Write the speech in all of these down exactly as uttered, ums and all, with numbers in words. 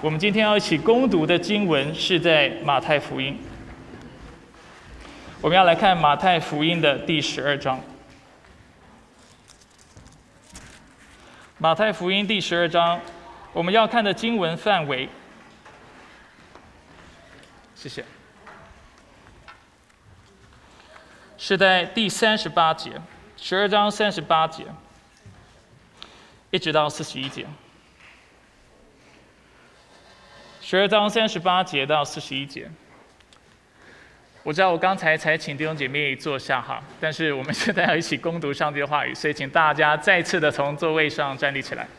我们今天要一起攻读的经文是在马太福音。我们要来看马太福音的第十二章。马太福音第十二章，我们要看的经文范围，谢谢，是在第三十八节，十二章三十八节，一直到四十一节。十二章三十八节到四十一节。我知道我刚才才请弟兄姐妹坐下哈，但是我们现在要一起攻读上帝的话语，所以请大家再次的从座位上站立起来。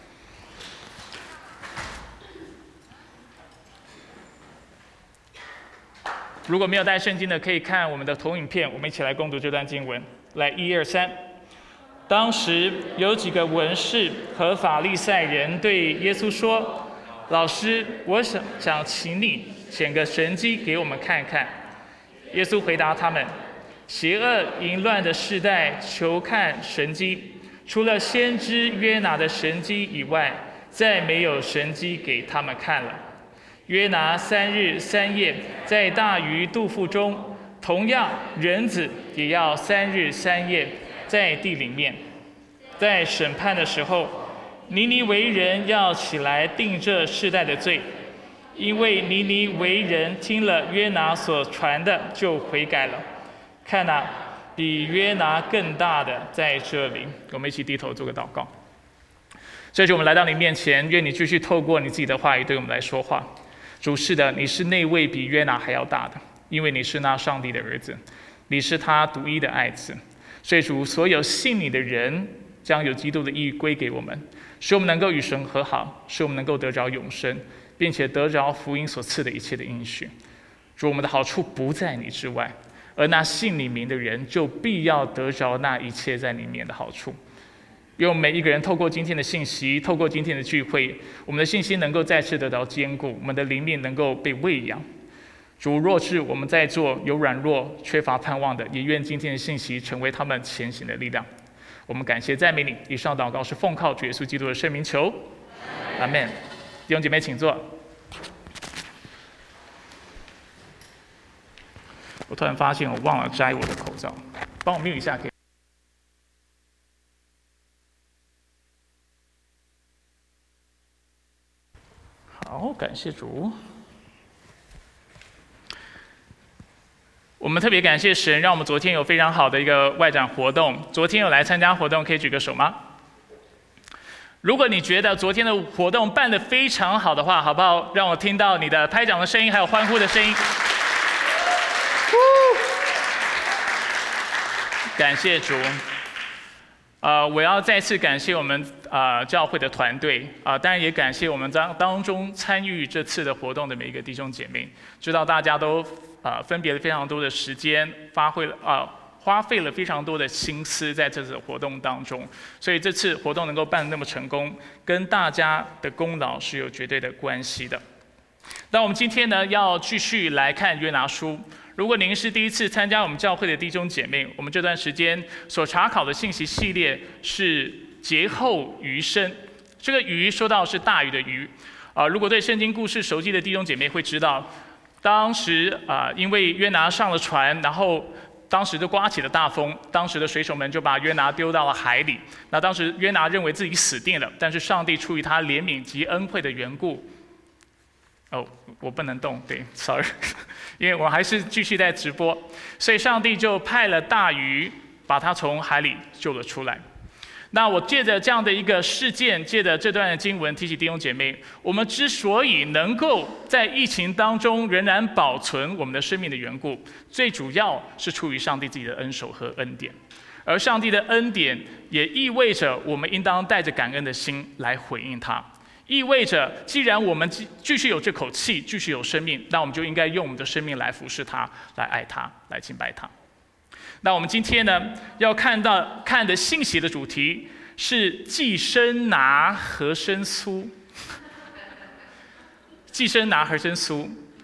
如果没有带圣经的，可以看我们的投影片，我们一起来攻读这段经文。来，一二三。当时有几个文士和法利赛人对耶稣说：“老师，我想想请你显个神迹给我们看看。”耶稣回答他们：“邪恶淫乱的世代求看神迹，除了先知约拿的神迹以外，再没有神迹给他们看了。约拿三日三夜在大鱼肚腹中，同样人子也要三日三夜在地里面。在审判的时候，尼尼微人要起来定这世代的罪，因为尼尼微人听了约拿所传的就悔改了。看哪，比约拿更大的在这里。”我们一起低头做个祷告。这是我们来到你面前，愿你继续透过你自己的话语对我们来说话。主，是的，你是那位比约拿还要大的，因为你是那上帝的儿子，你是他独一的爱子。所以主，所有信你的人将有基督的义归给我们，使我们能够与神和好，使我们能够得着永生，并且得着福音所赐的一切的应许。主，我们的好处不在你之外，而那信你名的人就必要得着那一切在里面的好处。愿我们每一个人透过今天的信息，透过今天的聚会，我们的信心能够再次得到坚固，我们的灵命能够被喂养。主，若是我们在座有软弱、缺乏盼望的，也愿今天的信息成为他们前行的力量。我们感谢赞美你。以上祷告是奉靠主耶稣基督的圣名求，阿们。弟兄姐妹请坐。我突然发现我忘了摘我的口罩，帮我 mute 一下可以。好，感谢主。我们特别感谢神，让我们昨天有非常好的一个外展活动。昨天有来参加活动，可以举个手吗？如果你觉得昨天的活动办得非常好的话，好不好？让我听到你的拍掌的声音，还有欢呼的声音。感谢主。呃，我要再次感谢我们呃教会的团队啊、呃，当然也感谢我们当当中参与这次的活动的每一个弟兄姐妹。知道大家都呃分别了非常多的时间，发挥了啊、呃、花费了非常多的心思在这次活动当中，所以这次活动能够办得那么成功，跟大家的功劳是有绝对的关系的。那我们今天呢，要继续来看约拿书。如果您是第一次参加我们教会的弟兄姐妹，我们这段时间所查考的信息系列是劫后余生。这个余说到是大鱼的鱼，啊、呃，如果对圣经故事熟悉的弟兄姐妹会知道，当时啊、呃，因为约拿上了船，然后当时就刮起了大风，当时的水手们就把约拿丢到了海里。那当时约拿认为自己死定了，但是上帝出于他怜悯及恩惠的缘故。哦，我不能动，对 ，sorry， 因为我还是继续在直播，所以上帝就派了大鱼把他从海里救了出来。那我借着这样的一个事件，借着这段的经文提醒弟兄姐妹，我们之所以能够在疫情当中仍然保存我们的生命的缘故，最主要是出于上帝自己的恩手和恩典。而上帝的恩典也意味着我们应当带着感恩的心来回应他。意味着，既然我们继续有这口气，继续有生命，那我们就应该用我们的生命来服侍他，来爱他，来敬拜他。那我们今天呢，要看到看的信息的主题是寄生拿和生酥。寄生拿和生酥，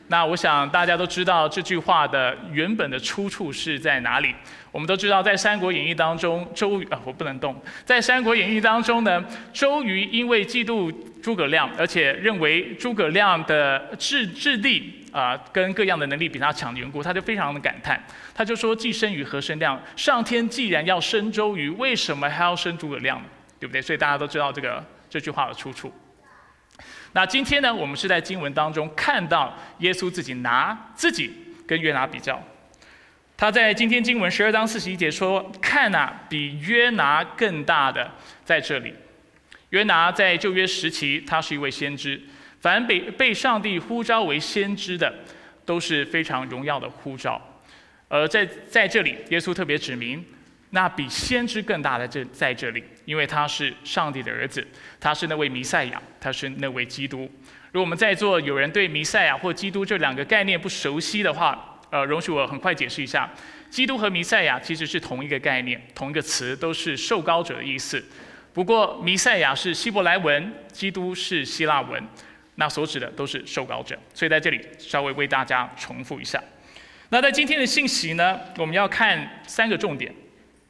那我想大家都知道这句话的原本的出处是在哪里。我们都知道，在《三国演义》当中，周瑜啊，我不能动。在《三国演义》当中呢，周瑜因为嫉妒诸葛亮，而且认为诸葛亮的智智力啊、呃、跟各样的能力比他强的缘故，他就非常的感叹，他就说：“既生瑜，何生亮？上天既然要生周瑜，为什么还要生诸葛亮呢？对不对？”所以大家都知道这个这句话的出处。那今天呢，我们是在经文当中看到耶稣自己拿自己跟约拿比较。他在今天经文十二章四十一节说：“看啊，比约拿更大的在这里。”约拿在旧约时期，他是一位先知。凡被被上帝呼召为先知的，都是非常荣耀的呼召。而在在这里，耶稣特别指明，那比先知更大的这在这里，因为他是上帝的儿子，他是那位弥赛亚，他是那位基督。如果我们在座有人对弥赛亚或基督这两个概念不熟悉的话，呃，容许我很快解释一下，基督和弥赛亚其实是同一个概念，同一个词，都是受膏者的意思。不过弥赛亚是希伯来文，基督是希腊文，那所指的都是受膏者。所以在这里稍微为大家重复一下。那在今天的信息呢，我们要看三个重点。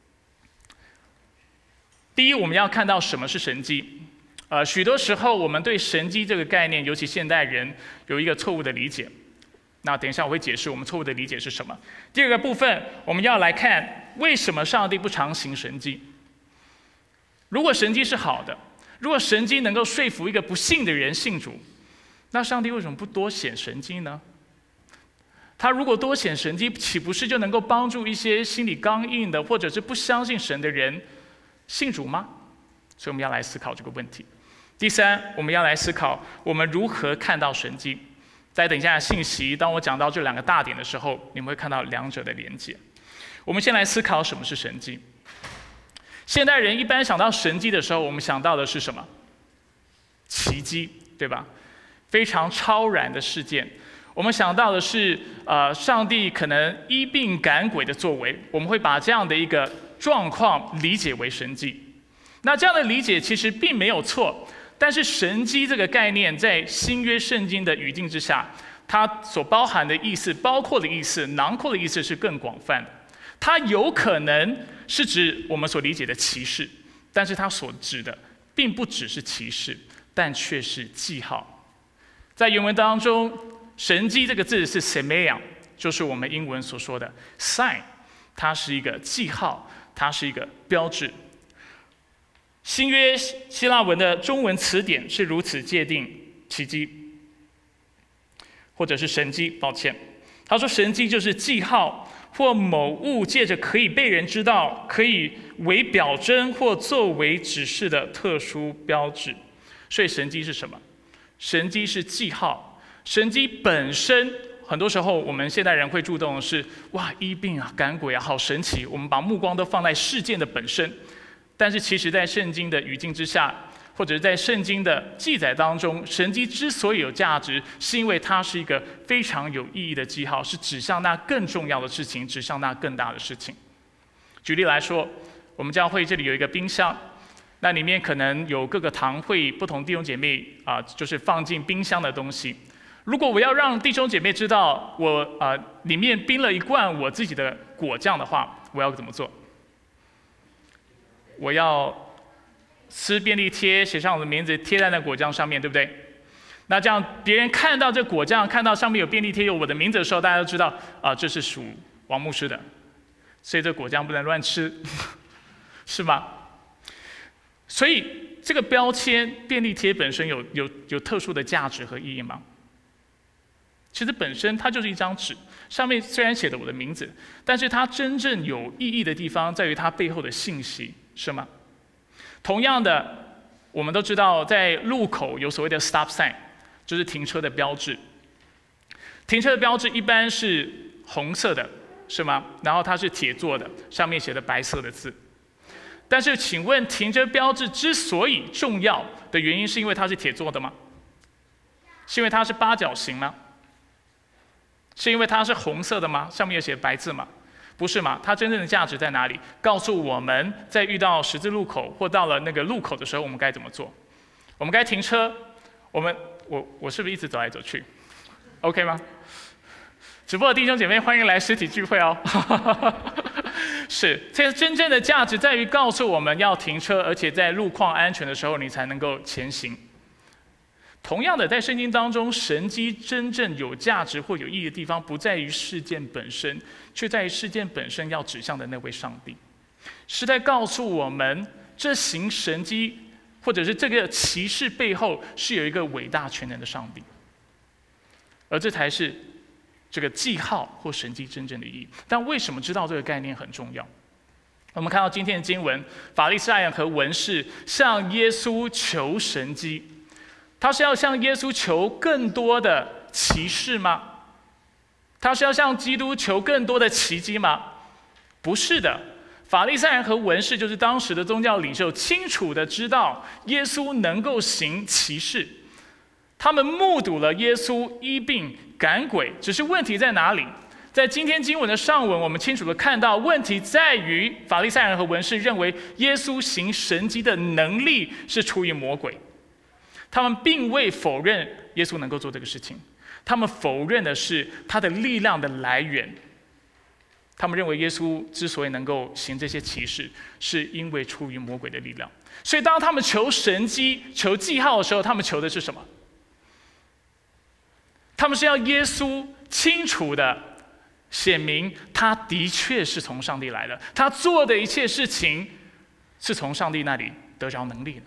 第一，我们要看到什么是神迹。呃，许多时候我们对神迹这个概念，尤其现代人有一个错误的理解。那等一下我会解释我们错误的理解是什么。第二个部分，我们要来看为什么上帝不常行神迹。如果神迹是好的，如果神迹能够说服一个不信的人信主，那上帝为什么不多显神迹呢？他如果多显神迹，岂不是就能够帮助一些心理刚硬的或者是不相信神的人信主吗？所以我们要来思考这个问题。第三，我们要来思考我们如何看到神迹。再等一下信息，当我讲到这两个大点的时候，你们会看到两者的连结。我们先来思考什么是神迹。现代人一般想到神迹的时候，我们想到的是什么？奇迹，对吧？非常超然的事件。我们想到的是，呃，上帝可能医病赶鬼的作为，我们会把这样的一个状况理解为神迹。那这样的理解其实并没有错。但是神迹这个概念，在新约圣经的语境之下，它所包含的意思、包括的意思、囊括的意思是更广泛的。它有可能是指我们所理解的奇事，但是它所指的并不只是奇事，但却是记号。在原文当中，神迹这个字是 semeion， 就是我们英文所说的 sign， 它是一个记号，它是一个标志。新约希腊文的中文词典是如此界定奇迹，或者是神迹。抱歉，他说神迹就是记号或某物借着可以被人知道、可以为表征或作为指示的特殊标志。所以神迹是什么？神迹是记号。神迹本身，很多时候我们现代人会注重的是哇医病啊、赶鬼啊，好神奇。我们把目光都放在事件的本身。但是其实在圣经的语境之下，或者是在圣经的记载当中，神迹之所以有价值，是因为它是一个非常有意义的记号，是指向那更重要的事情，指向那更大的事情。举例来说，我们教会这里有一个冰箱，那里面可能有各个堂会不同弟兄姐妹啊、呃，就是放进冰箱的东西。如果我要让弟兄姐妹知道我啊、呃、里面冰了一罐我自己的果酱的话，我要怎么做？我要吃便利贴，写上我的名字，贴在那果酱上面，对不对？那这样别人看到这果酱，看到上面有便利贴有我的名字的时候，大家都知道啊、呃，这是属王牧师的，所以这果酱不能乱吃，是吗？所以这个标签便利贴本身有有有特殊的价值和意义吗？其实本身它就是一张纸，上面虽然写的我的名字，但是它真正有意义的地方在于它背后的信息。是吗？同样的，我们都知道，在路口有所谓的 stop sign， 就是停车的标志。停车的标志一般是红色的，是吗？然后它是铁做的，上面写的白色的字。但是，请问停车标志之所以重要的原因，是因为它是铁做的吗？是因为它是八角形吗？是因为它是红色的吗？上面有写白字吗？不是嘛？它真正的价值在哪里？告诉我们在遇到十字路口或到了那个路口的时候，我们该怎么做？我们该停车？我们我我是不是一直走来走去？ OK 吗？直播的弟兄姐妹，欢迎来实体聚会哦。是，这真正的价值在于告诉我们要停车，而且在路况安全的时候，你才能够前行。同样的，在圣经当中，神迹真正有价值或有意义的地方，不在于事件本身，却在于事件本身要指向的那位上帝，是在告诉我们，这行神迹或者是这个奇事背后，是有一个伟大全能的上帝，而这才是这个记号或神迹真正的意义。但为什么知道这个概念很重要？我们看到今天的经文，法利赛人和文士向耶稣求神迹，他是要向耶稣求更多的奇事吗？他是要向基督求更多的奇迹吗？不是的。法利赛人和文士就是当时的宗教领袖，清楚的知道耶稣能够行奇事，他们目睹了耶稣医病赶鬼，只是问题在哪里？在今天经文的上文，我们清楚的看到，问题在于法利赛人和文士认为耶稣行神迹的能力是出于魔鬼，他们并未否认耶稣能够做这个事情，他们否认的是他的力量的来源。他们认为耶稣之所以能够行这些奇事，是因为出于魔鬼的力量。所以当他们求神迹、求记号的时候，他们求的是什么？他们是要耶稣清楚的显明他的确是从上帝来的，他做的一切事情是从上帝那里得着能力的。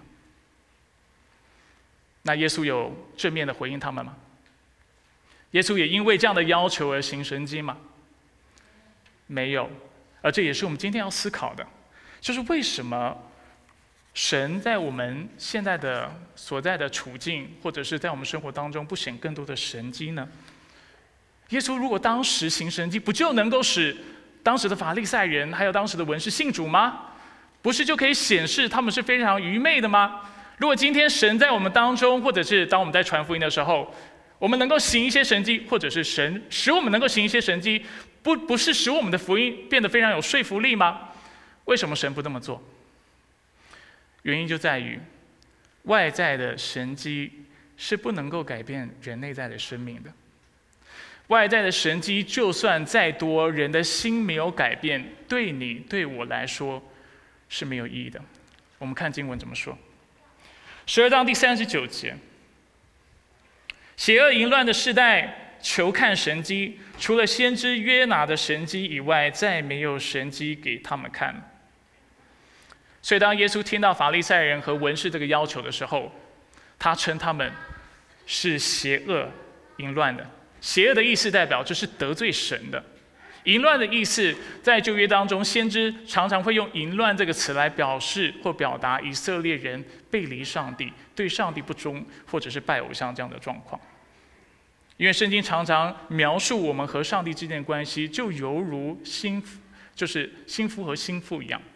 那耶稣有正面的回应他们吗？耶稣也因为这样的要求而行神迹吗？没有。而这也是我们今天要思考的，就是为什么神在我们现在的所在的处境，或者是在我们生活当中不显更多的神迹呢？耶稣如果当时行神迹，不就能够使当时的法利赛人还有当时的文士信主吗？不是就可以显示他们是非常愚昧的吗？如果今天神在我们当中，或者是当我们在传福音的时候，我们能够行一些神迹，或者是神使我们能够行一些神迹，不不是使我们的福音变得非常有说服力吗？为什么神不这么做？原因就在于外在的神迹是不能够改变人内在的生命的。外在的神迹就算再多，人的心没有改变，对你对我来说是没有意义的。我们看经文怎么说。十二章第三十九节，邪恶淫乱的世代求看神迹，除了先知约拿的神迹以外，再没有神迹给他们看。所以当耶稣听到法利赛人和文士这个要求的时候，他称他们是邪恶淫乱的。邪恶的意思代表这是得罪神的，淫乱的意思在旧约当中，先知常常会用淫乱这个词来表示或表达以色列人背离上帝、对上帝不忠，或者是拜偶像这样的状况。因为圣经常常描述我们和上帝之间的关系，就犹如心，就是心夫和心腹一样。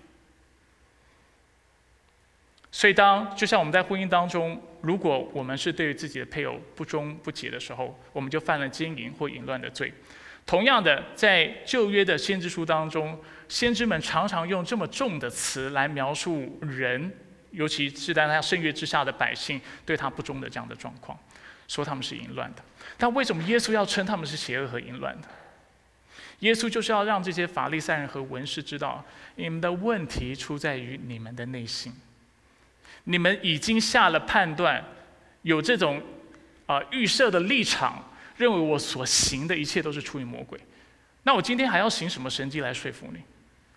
所以当就像我们在婚姻当中，如果我们是对于自己的配偶不忠不洁的时候，我们就犯了奸淫或淫乱的罪。同样的，在旧约的先知书当中，先知们常常用这么重的词来描述人，尤其是在他圣约之下的百姓对他不忠的这样的状况，说他们是淫乱的。但为什么耶稣要称他们是邪恶和淫乱的？耶稣就是要让这些法利赛人和文士知道，你们的问题出在于你们的内心。你们已经下了判断，有这种啊、呃、预设的立场，认为我所行的一切都是出于魔鬼。那我今天还要行什么神迹来说服你？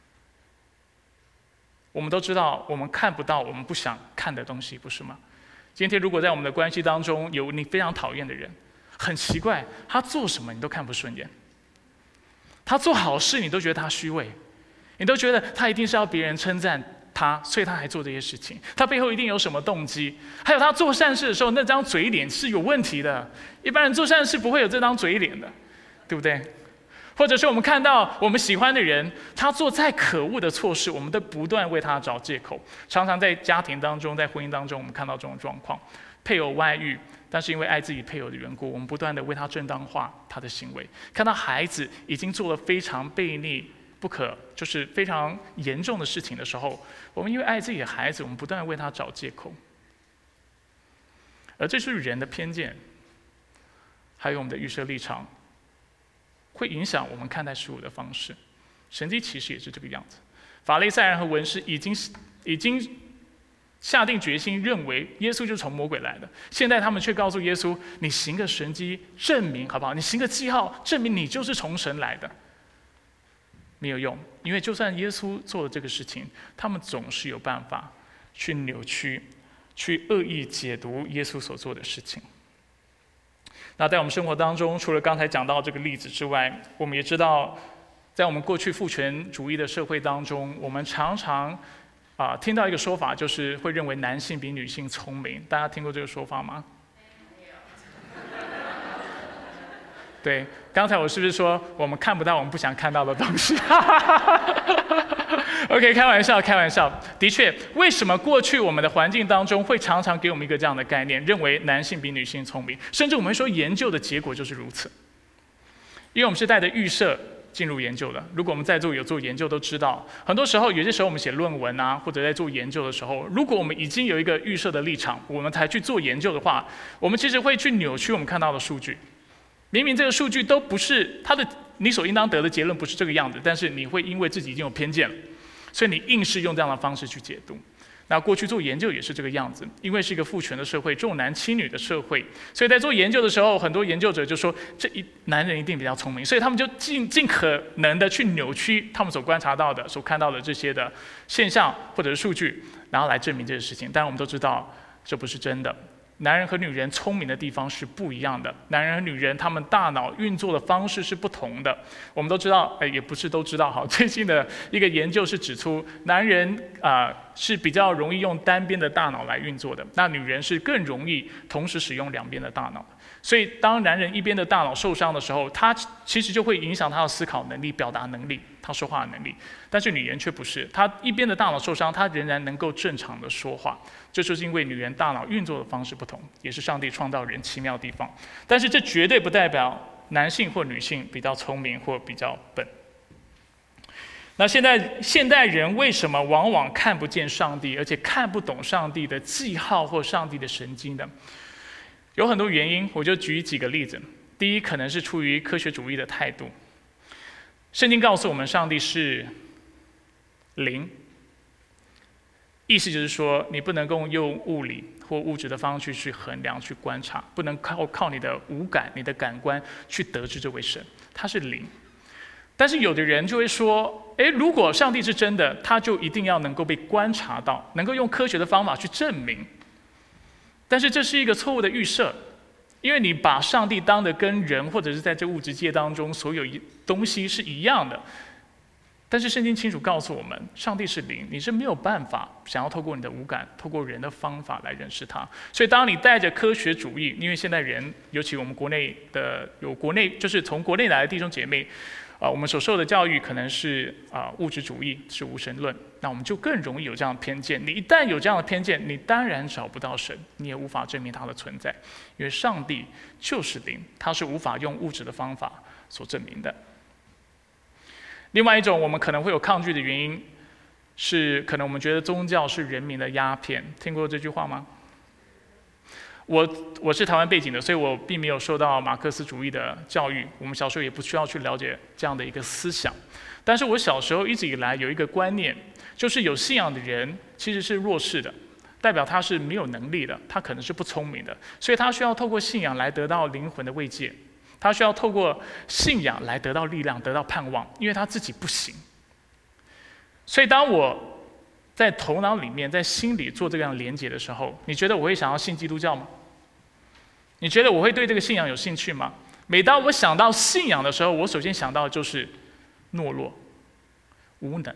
我们都知道，我们看不到我们不想看的东西，不是吗？今天如果在我们的关系当中有你非常讨厌的人，很奇怪，他做什么你都看不顺眼，他做好事你都觉得他虚伪，你都觉得他一定是要别人称赞他，所以他还做这些事情，他背后一定有什么动机。还有他做善事的时候，那张嘴脸是有问题的，一般人做善事不会有这张嘴脸的，对不对？或者是我们看到我们喜欢的人，他做再可恶的错事，我们都不断为他找借口。常常在家庭当中，在婚姻当中，我们看到这种状况，配偶外遇，但是因为爱自己配偶的缘故，我们不断的为他正当化他的行为。看到孩子已经做了非常悖逆、不可就是非常严重的事情的时候，我们因为爱自己的孩子，我们不断的为他找借口。而这是人的偏见， 还有我们的预设立场，会影响我们看待事物的方式。神迹其实也是这个样子。法利赛人和文士已经已经下定决心，认为耶稣就是从魔鬼来的。现在他们却告诉耶稣：“你行个神迹证明好不好？你行个记号证明你就是从神来的。”没有用，因为就算耶稣做了这个事情，他们总是有办法去扭曲、去恶意解读耶稣所做的事情。那在我们生活当中，除了刚才讲到这个例子之外，我们也知道，在我们过去父权主义的社会当中，我们常常啊、呃、听到一个说法，就是会认为男性比女性聪明。大家听过这个说法吗？对，刚才我是不是说我们看不到我们不想看到的东西？OK， 开玩笑，开玩笑。的确，为什么过去我们的环境当中会常常给我们一个这样的概念，认为男性比女性聪明，甚至我们会说研究的结果就是如此，因为我们是带着预设进入研究的。如果我们在座有做研究都知道，很多时候有些时候我们写论文啊，或者在做研究的时候，如果我们已经有一个预设的立场，我们才去做研究的话，我们其实会去扭曲我们看到的数据。明明这个数据都不是它的，你所应当得的结论不是这个样子，但是你会因为自己已经有偏见了，所以你硬是用这样的方式去解读。那过去做研究也是这个样子，因为是一个父权的社会、重男轻女的社会，所以在做研究的时候，很多研究者就说这一男人一定比较聪明，所以他们就尽尽可能的去扭曲他们所观察到的、所看到的这些的现象或者是数据，然后来证明这个事情。当然我们都知道这不是真的。男人和女人聪明的地方是不一样的，男人和女人他们大脑运作的方式是不同的。我们都知道，哎，也不是都知道哈。最近的一个研究是指出，男人啊、呃、是比较容易用单边的大脑来运作的，那女人是更容易同时使用两边的大脑。所以，当男人一边的大脑受伤的时候，他其实就会影响他的思考能力、表达能力、他说话的能力。但是女人却不是，她一边的大脑受伤，她仍然能够正常的说话。这就是因为女人大脑运作的方式不同，也是上帝创造人奇妙的地方。但是这绝对不代表男性或女性比较聪明或比较笨。那现在现代人为什么往往看不见上帝，而且看不懂上帝的记号或上帝的神迹呢？有很多原因，我就举几个例子。第一，可能是出于科学主义的态度。圣经告诉我们，上帝是灵，意思就是说，你不能够用物理或物质的方式去衡量、去观察，不能靠靠你的五感、你的感官去得知这位神，他是灵。但是有的人就会说，诶，如果上帝是真的，他就一定要能够被观察到，能够用科学的方法去证明。但是这是一个错误的预设，因为你把上帝当得跟人或者是在这物质界当中所有东西是一样的。但是圣经清楚告诉我们，上帝是灵，你是没有办法想要透过你的五感、透过人的方法来认识他。所以当你带着科学主义，因为现代人，尤其我们国内的有国内就是从国内来的弟兄姐妹，啊、呃，我们所受的教育可能是啊、呃、物质主义，是无神论，那我们就更容易有这样的偏见。你一旦有这样的偏见，你当然找不到神，你也无法证明他的存在，因为上帝就是灵，他是无法用物质的方法所证明的。另外一种我们可能会有抗拒的原因，是可能我们觉得宗教是人民的鸦片。听过这句话吗？我我是台湾背景的，所以我并没有受到马克思主义的教育，我们小时候也不需要去了解这样的一个思想。但是我小时候一直以来有一个观念，就是有信仰的人其实是弱势的，代表他是没有能力的，他可能是不聪明的，所以他需要透过信仰来得到灵魂的慰藉。他需要透过信仰来得到力量，得到盼望，因为他自己不行。所以当我在头脑里面、在心里做这样连结的时候，你觉得我会想要信基督教吗？你觉得我会对这个信仰有兴趣吗？每当我想到信仰的时候，我首先想到的就是懦弱、无能、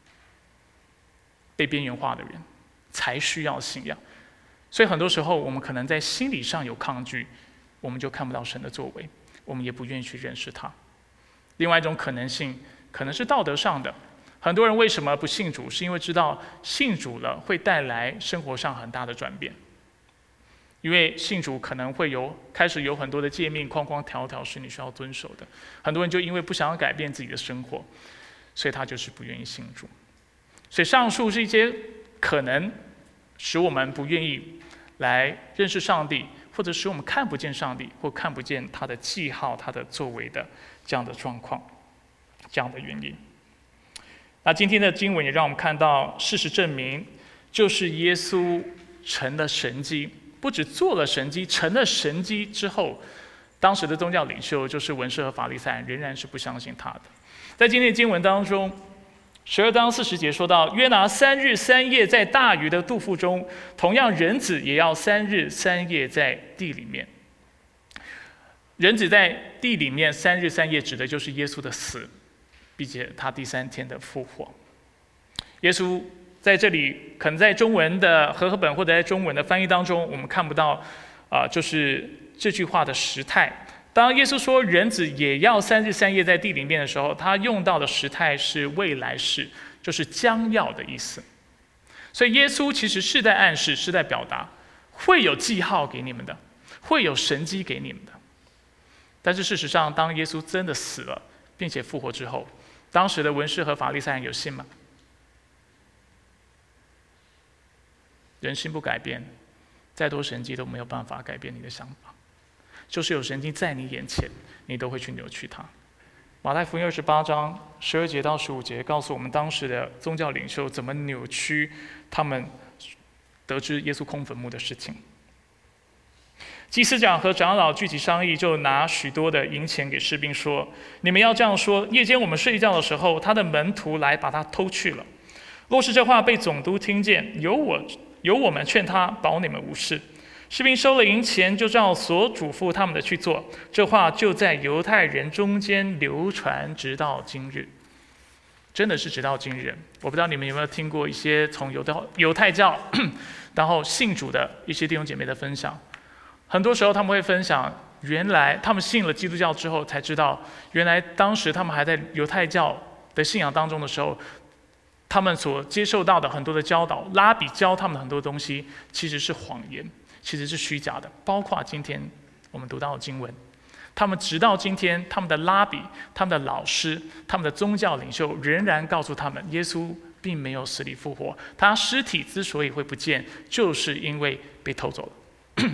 被边缘化的人才需要信仰。所以很多时候，我们可能在心理上有抗拒，我们就看不到神的作为。我们也不愿意去认识他。另外一种可能性，可能是道德上的。很多人为什么不信主，是因为知道信主了会带来生活上很大的转变。因为信主可能会有开始有很多的诫命框框条条是你需要遵守的。很多人就因为不想要改变自己的生活，所以他就是不愿意信主。所以上述是一些可能使我们不愿意来认识上帝， 或者使我们看不见上帝，或看不见他的记号、他的作为的这样的状况，这样的原因。那今天的经文也让我们看到，事实证明，就是耶稣成了神迹，不只做了神迹，成了神迹之后，当时的宗教领袖，就是文士和法利赛人，仍然是不相信他的。在今天的经文当中，十二章四十节说到，约拿三日三夜在大鱼的肚腹中，同样人子也要三日三夜在地里面。人子在地里面三日三夜，指的就是耶稣的死，并且他第三天的复活。耶稣在这里，可能在中文的和合本或者在中文的翻译当中，我们看不到啊、呃，就是这句话的时态。当耶稣说人子也要三日三夜在地里面的时候，他用到的时态是未来式，就是将要的意思。所以耶稣其实是在暗示，是在表达会有记号给你们的，会有神迹给你们的。但是事实上，当耶稣真的死了并且复活之后，当时的文士和法利赛人有信吗？人心不改变，再多神迹都没有办法改变你的想法。就是有神迹在你眼前，你都会去扭曲它。马太福音二十八章十二节到十五节告诉我们，当时的宗教领袖怎么扭曲他们得知耶稣空坟墓的事情。祭司长和长老聚集商议，就拿许多的银钱给士兵说：“你们要这样说，夜间我们睡觉的时候，他的门徒来把他偷去了。若是这话被总督听见，由我由我们劝他保你们无事。”士兵收了银钱，就照所嘱咐他们的去做。这话就在犹太人中间流传，直到今日。真的是直到今日。我不知道你们有没有听过一些从犹太犹太教然后信主的一些弟兄姐妹的分享。很多时候他们会分享，原来他们信了基督教之后才知道，原来当时他们还在犹太教的信仰当中的时候，他们所接受到的很多的教导，拉比教他们的很多东西其实是谎言，其实是虚假的。包括今天我们读到的经文，他们直到今天，他们的拉比、他们的老师、他们的宗教领袖仍然告诉他们，耶稣并没有死里复活，他尸体之所以会不见，就是因为被偷走了。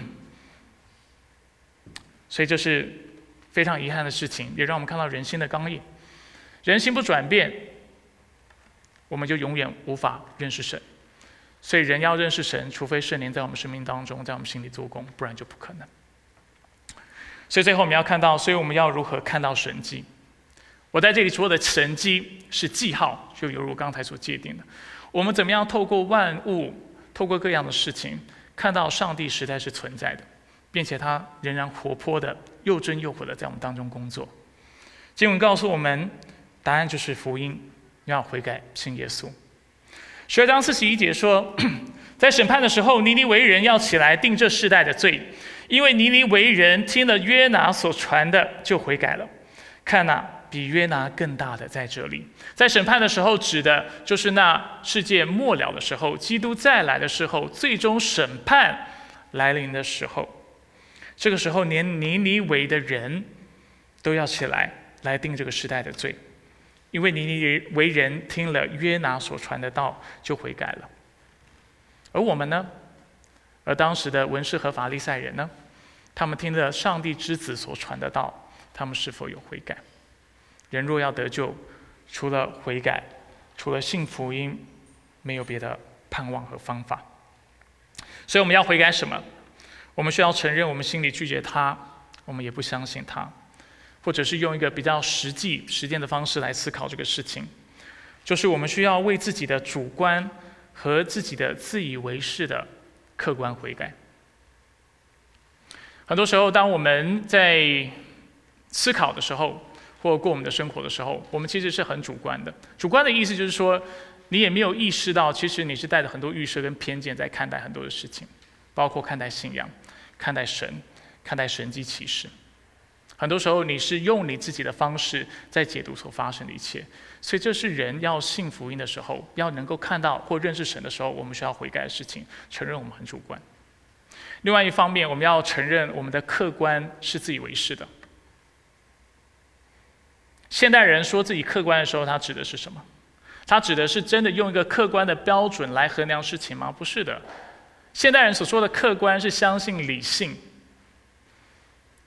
所以这是非常遗憾的事情，也让我们看到人心的刚硬。人心不转变，我们就永远无法认识神。所以人要认识神，除非圣灵在我们生命当中，在我们心里做工，不然就不可能。所以最后我们要看到，所以我们要如何看到神迹？我在这里说的神迹是记号，就犹如刚才所界定的。我们怎么样透过万物，透过各样的事情，看到上帝实在是存在的，并且他仍然活泼的、又真又活的在我们当中工作。经文告诉我们，答案就是福音，要悔改信耶稣。十二章四十一节说，在审判的时候，尼尼微人要起来定这世代的罪，因为尼尼微人听了约拿所传的就悔改了。看哪，比约拿更大的在这里。在审判的时候，指的就是那世界末了的时候，基督再来的时候，最终审判来临的时候。这个时候，连尼尼微的人都要起来来定这个时代的罪，因为尼尼微人听了约拿所传的道就悔改了。而我们呢？而当时的文士和法利赛人呢？他们听了上帝之子所传的道，他们是否有悔改？人若要得救，除了悔改，除了信福音，没有别的盼望和方法。所以我们要悔改什么？我们需要承认我们心里拒绝他，我们也不相信他，或者是用一个比较实际实践的方式来思考这个事情，就是我们需要为自己的主观和自己的自以为是的客观悔改。很多时候，当我们在思考的时候，或过我们的生活的时候，我们其实是很主观的。主观的意思就是说，你也没有意识到，其实你是带着很多预设跟偏见在看待很多的事情，包括看待信仰、看待神、看待神迹奇事。很多时候，你是用你自己的方式在解读所发生的一切。所以，这是人要信福音的时候，要能够看到或认识神的时候，我们需要悔改的事情，承认我们很主观。另外一方面，我们要承认我们的客观是自以为是的。现代人说自己客观的时候，他指的是什么？他指的是真的用一个客观的标准来衡量事情吗？不是的。现代人所说的客观是相信理性，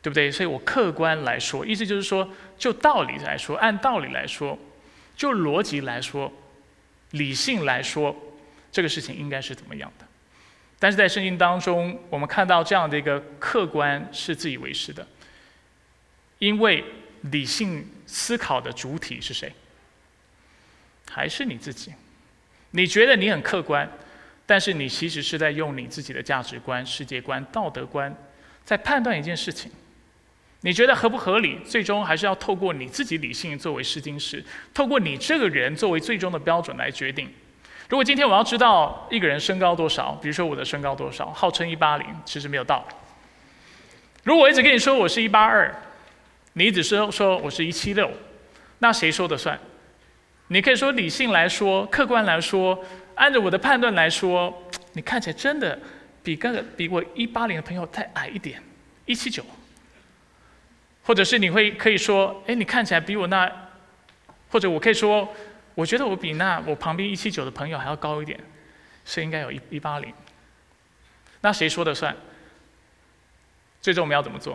对不对？所以我客观来说，意思就是说，就道理来说，按道理来说，就逻辑来说，理性来说，这个事情应该是怎么样的？但是在圣经当中，我们看到这样的一个客观是自以为是的，因为理性思考的主体是谁？还是你自己？你觉得你很客观，但是你其实是在用你自己的价值观、世界观、道德观，在判断一件事情。你觉得合不合理？最终还是要透过你自己理性作为试金石，透过你这个人作为最终的标准来决定。如果今天我要知道一个人身高多少，比如说我的身高多少，号称一八零，其实没有道理。如果我一直跟你说我是一八二，你一直说说我是一七六，那谁说的算？你可以说理性来说，客观来说，按照我的判断来说，你看起来真的比个比我一八零的朋友再矮一点，一七九。或者是你会可以说，哎，你看起来比我那，或者我可以说，我觉得我比那我旁边一七九的朋友还要高一点，所以应该有一一八零。那谁说的算？最终我们要怎么做？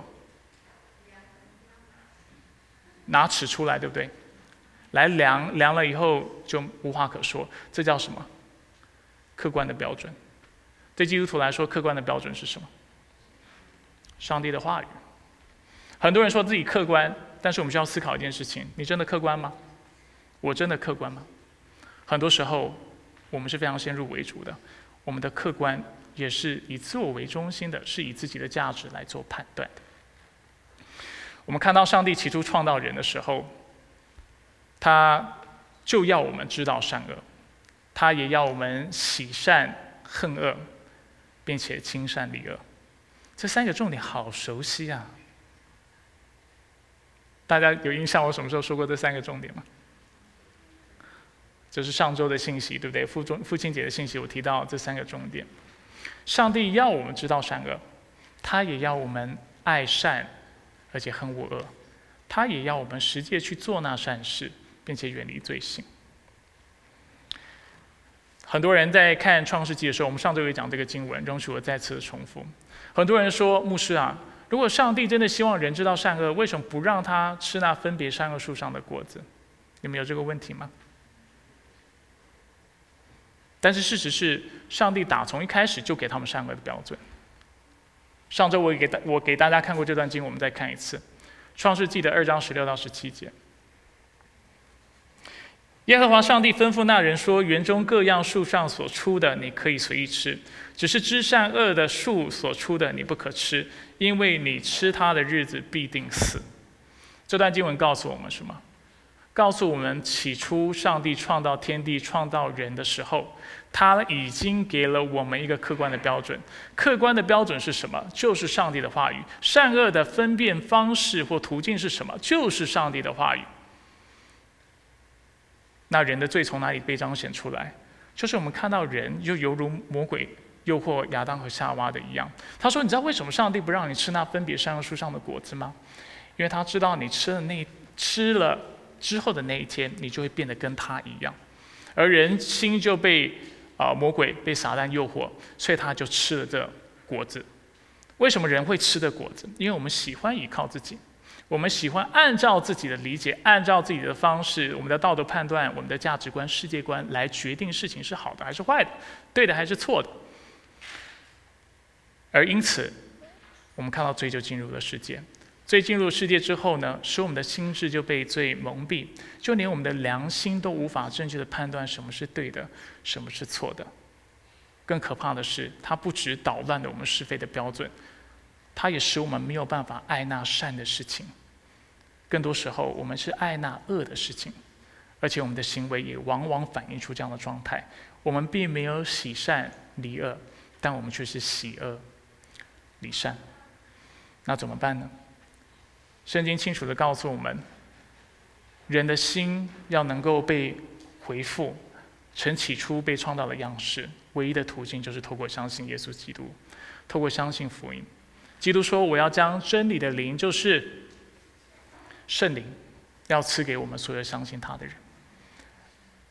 拿尺出来，对不对？来量量了以后就无话可说，这叫什么？客观的标准。对基督徒来说，客观的标准是什么？上帝的话语。很多人说自己客观，但是我们需要思考一件事情：你真的客观吗？我真的客观吗？很多时候，我们是非常先入为主的，我们的客观也是以自我为中心的，是以自己的价值来做判断的。我们看到上帝起初创造人的时候，他就要我们知道善恶，他也要我们喜善恨恶，并且亲善离恶。这三个重点好熟悉啊！大家有印象我什么时候说过这三个重点吗？就是上周的信息，对不对？父中父亲节的信息，我提到这三个重点。上帝要我们知道善恶，他也要我们爱善，而且恨恶恶。他也要我们实际去做那善事，并且远离罪行。很多人在看创世纪的时候，我们上周有讲这个经文，容许我再次的重复。很多人说，牧师啊，如果上帝真的希望人知道善恶，为什么不让他吃那分别善恶树上的果子？你们有这个问题吗？但是事实是，上帝打从一开始就给他们善恶的标准。上周我也给大我给大家看过这段经文，我们再看一次。创世纪的二章十六到十七节。耶和华上帝吩咐那人说：园中各样树上所出的，你可以随意吃；只是知善恶的树所出的，你不可吃，因为你吃它的日子必定死。这段经文告诉我们什么？告诉我们，起初上帝创造天地、创造人的时候，他已经给了我们一个客观的标准。客观的标准是什么？就是上帝的话语。善恶的分辨方式或途径是什么？就是上帝的话语。那人的罪从哪里被彰显出来？就是我们看到人就犹如魔鬼诱惑亚当和夏娃的一样。他说：“你知道为什么上帝不让你吃那分别善恶树上的果子吗？因为他知道你吃了那吃了之后的那一天，你就会变得跟他一样。而人心就被啊、呃、魔鬼被撒旦诱惑，所以他就吃了这果子。为什么人会吃的果子？因为我们喜欢依靠自己。”我们喜欢按照自己的理解，按照自己的方式，我们的道德判断、我们的价值观、世界观来决定事情是好的还是坏的，对的还是错的。而因此，我们看到罪就进入了世界。罪进入世界之后呢，使我们的心智就被罪蒙蔽，就连我们的良心都无法正确的判断什么是对的，什么是错的。更可怕的是，它不只捣乱了我们是非的标准，它也使我们没有办法爱那善的事情。更多时候，我们是爱那恶的事情，而且我们的行为也往往反映出这样的状态。我们并没有喜善离恶，但我们却是喜恶离善。那怎么办呢？圣经清楚地告诉我们，人的心要能够被恢复，从起初被创造的样式，唯一的途径就是透过相信耶稣基督，透过相信福音。基督说：“我要将真理的灵，就是圣灵，要赐给我们所有相信他的人。”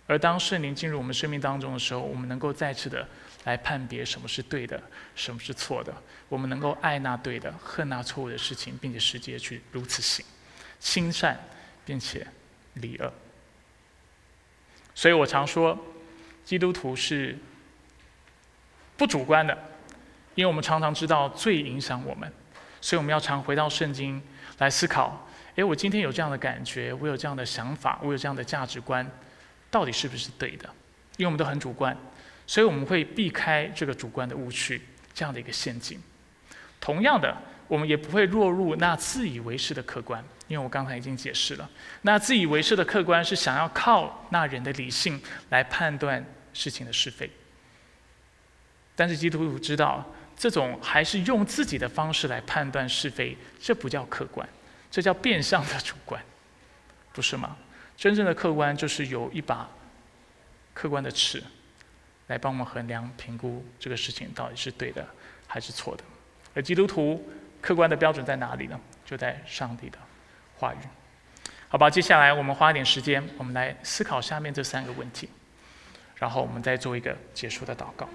而当圣灵进入我们生命当中的时候，我们能够再次的来判别什么是对的，什么是错的。我们能够爱那对的，恨那错误的事情，并且实际的去如此行，亲善并且离恶。所以我常说，基督徒是不主观的，因为我们常常知道罪影响我们，所以我们要常回到圣经来思考：诶，我今天有这样的感觉，我有这样的想法，我有这样的价值观，到底是不是对的？因为我们都很主观，所以我们会避开这个主观的误区，这样的一个陷阱。同样的，我们也不会落入那自以为是的客观，因为我刚才已经解释了，那自以为是的客观是想要靠那人的理性来判断事情的是非。但是基督徒知道，这种还是用自己的方式来判断是非，这不叫客观，这叫变相的主观，不是吗？真正的客观就是有一把客观的尺，来帮我们衡量、评估这个事情到底是对的还是错的。而基督徒客观的标准在哪里呢？就在上帝的话语。好吧，接下来我们花一点时间，我们来思考下面这三个问题，然后我们再做一个结束的祷告。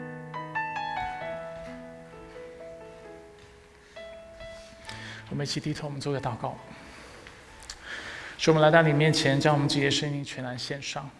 我们一起低头，我们做个祷告。使我们来到你面前，将我们自己的生命全然献上。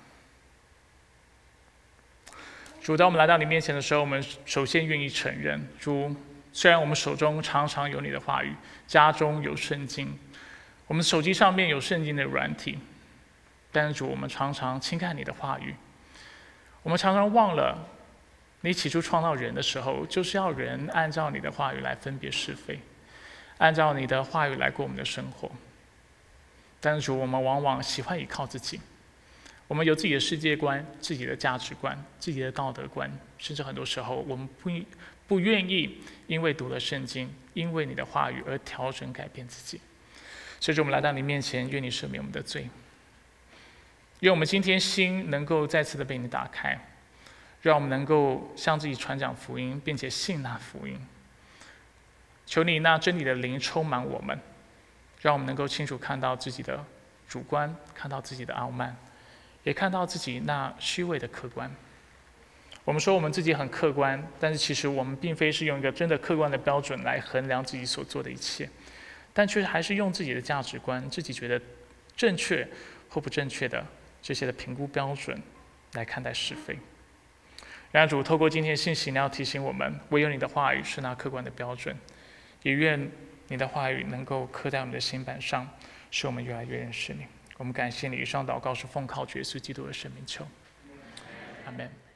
主，当我们来到你面前的时候，我们首先愿意承认，主，虽然我们手中常常有你的话语，家中有圣经，我们手机上面有圣经的软体，但是主，我们常常轻看你的话语，我们常常忘了，你起初创造人的时候，就是要人按照你的话语来分别是非，按照你的话语来过我们的生活。但是主，我们往往喜欢依靠自己，我们有自己的世界观、自己的价值观、自己的道德观，甚至很多时候我们不不愿意因为读了圣经，因为你的话语而调整改变自己。所以说，我们来到你面前，愿你赦免我们的罪，愿我们今天心能够再次的被你打开，让我们能够向自己传讲福音，并且信那福音。求你那真理的灵充满我们，让我们能够清楚看到自己的主观，看到自己的傲慢，也看到自己那虚伪的客观。我们说我们自己很客观，但是其实我们并非是用一个真的客观的标准来衡量自己所做的一切，但却还是用自己的价值观、自己觉得正确或不正确的这些的评估标准来看待是非。然而主，透过今天的信息，你要提醒我们，唯有你的话语是那客观的标准，也愿你的话语能够刻在我们的心板上，使我们越来越认识你。我们感谢你，以上祷告是奉靠主耶稣基督的圣名求，阿们。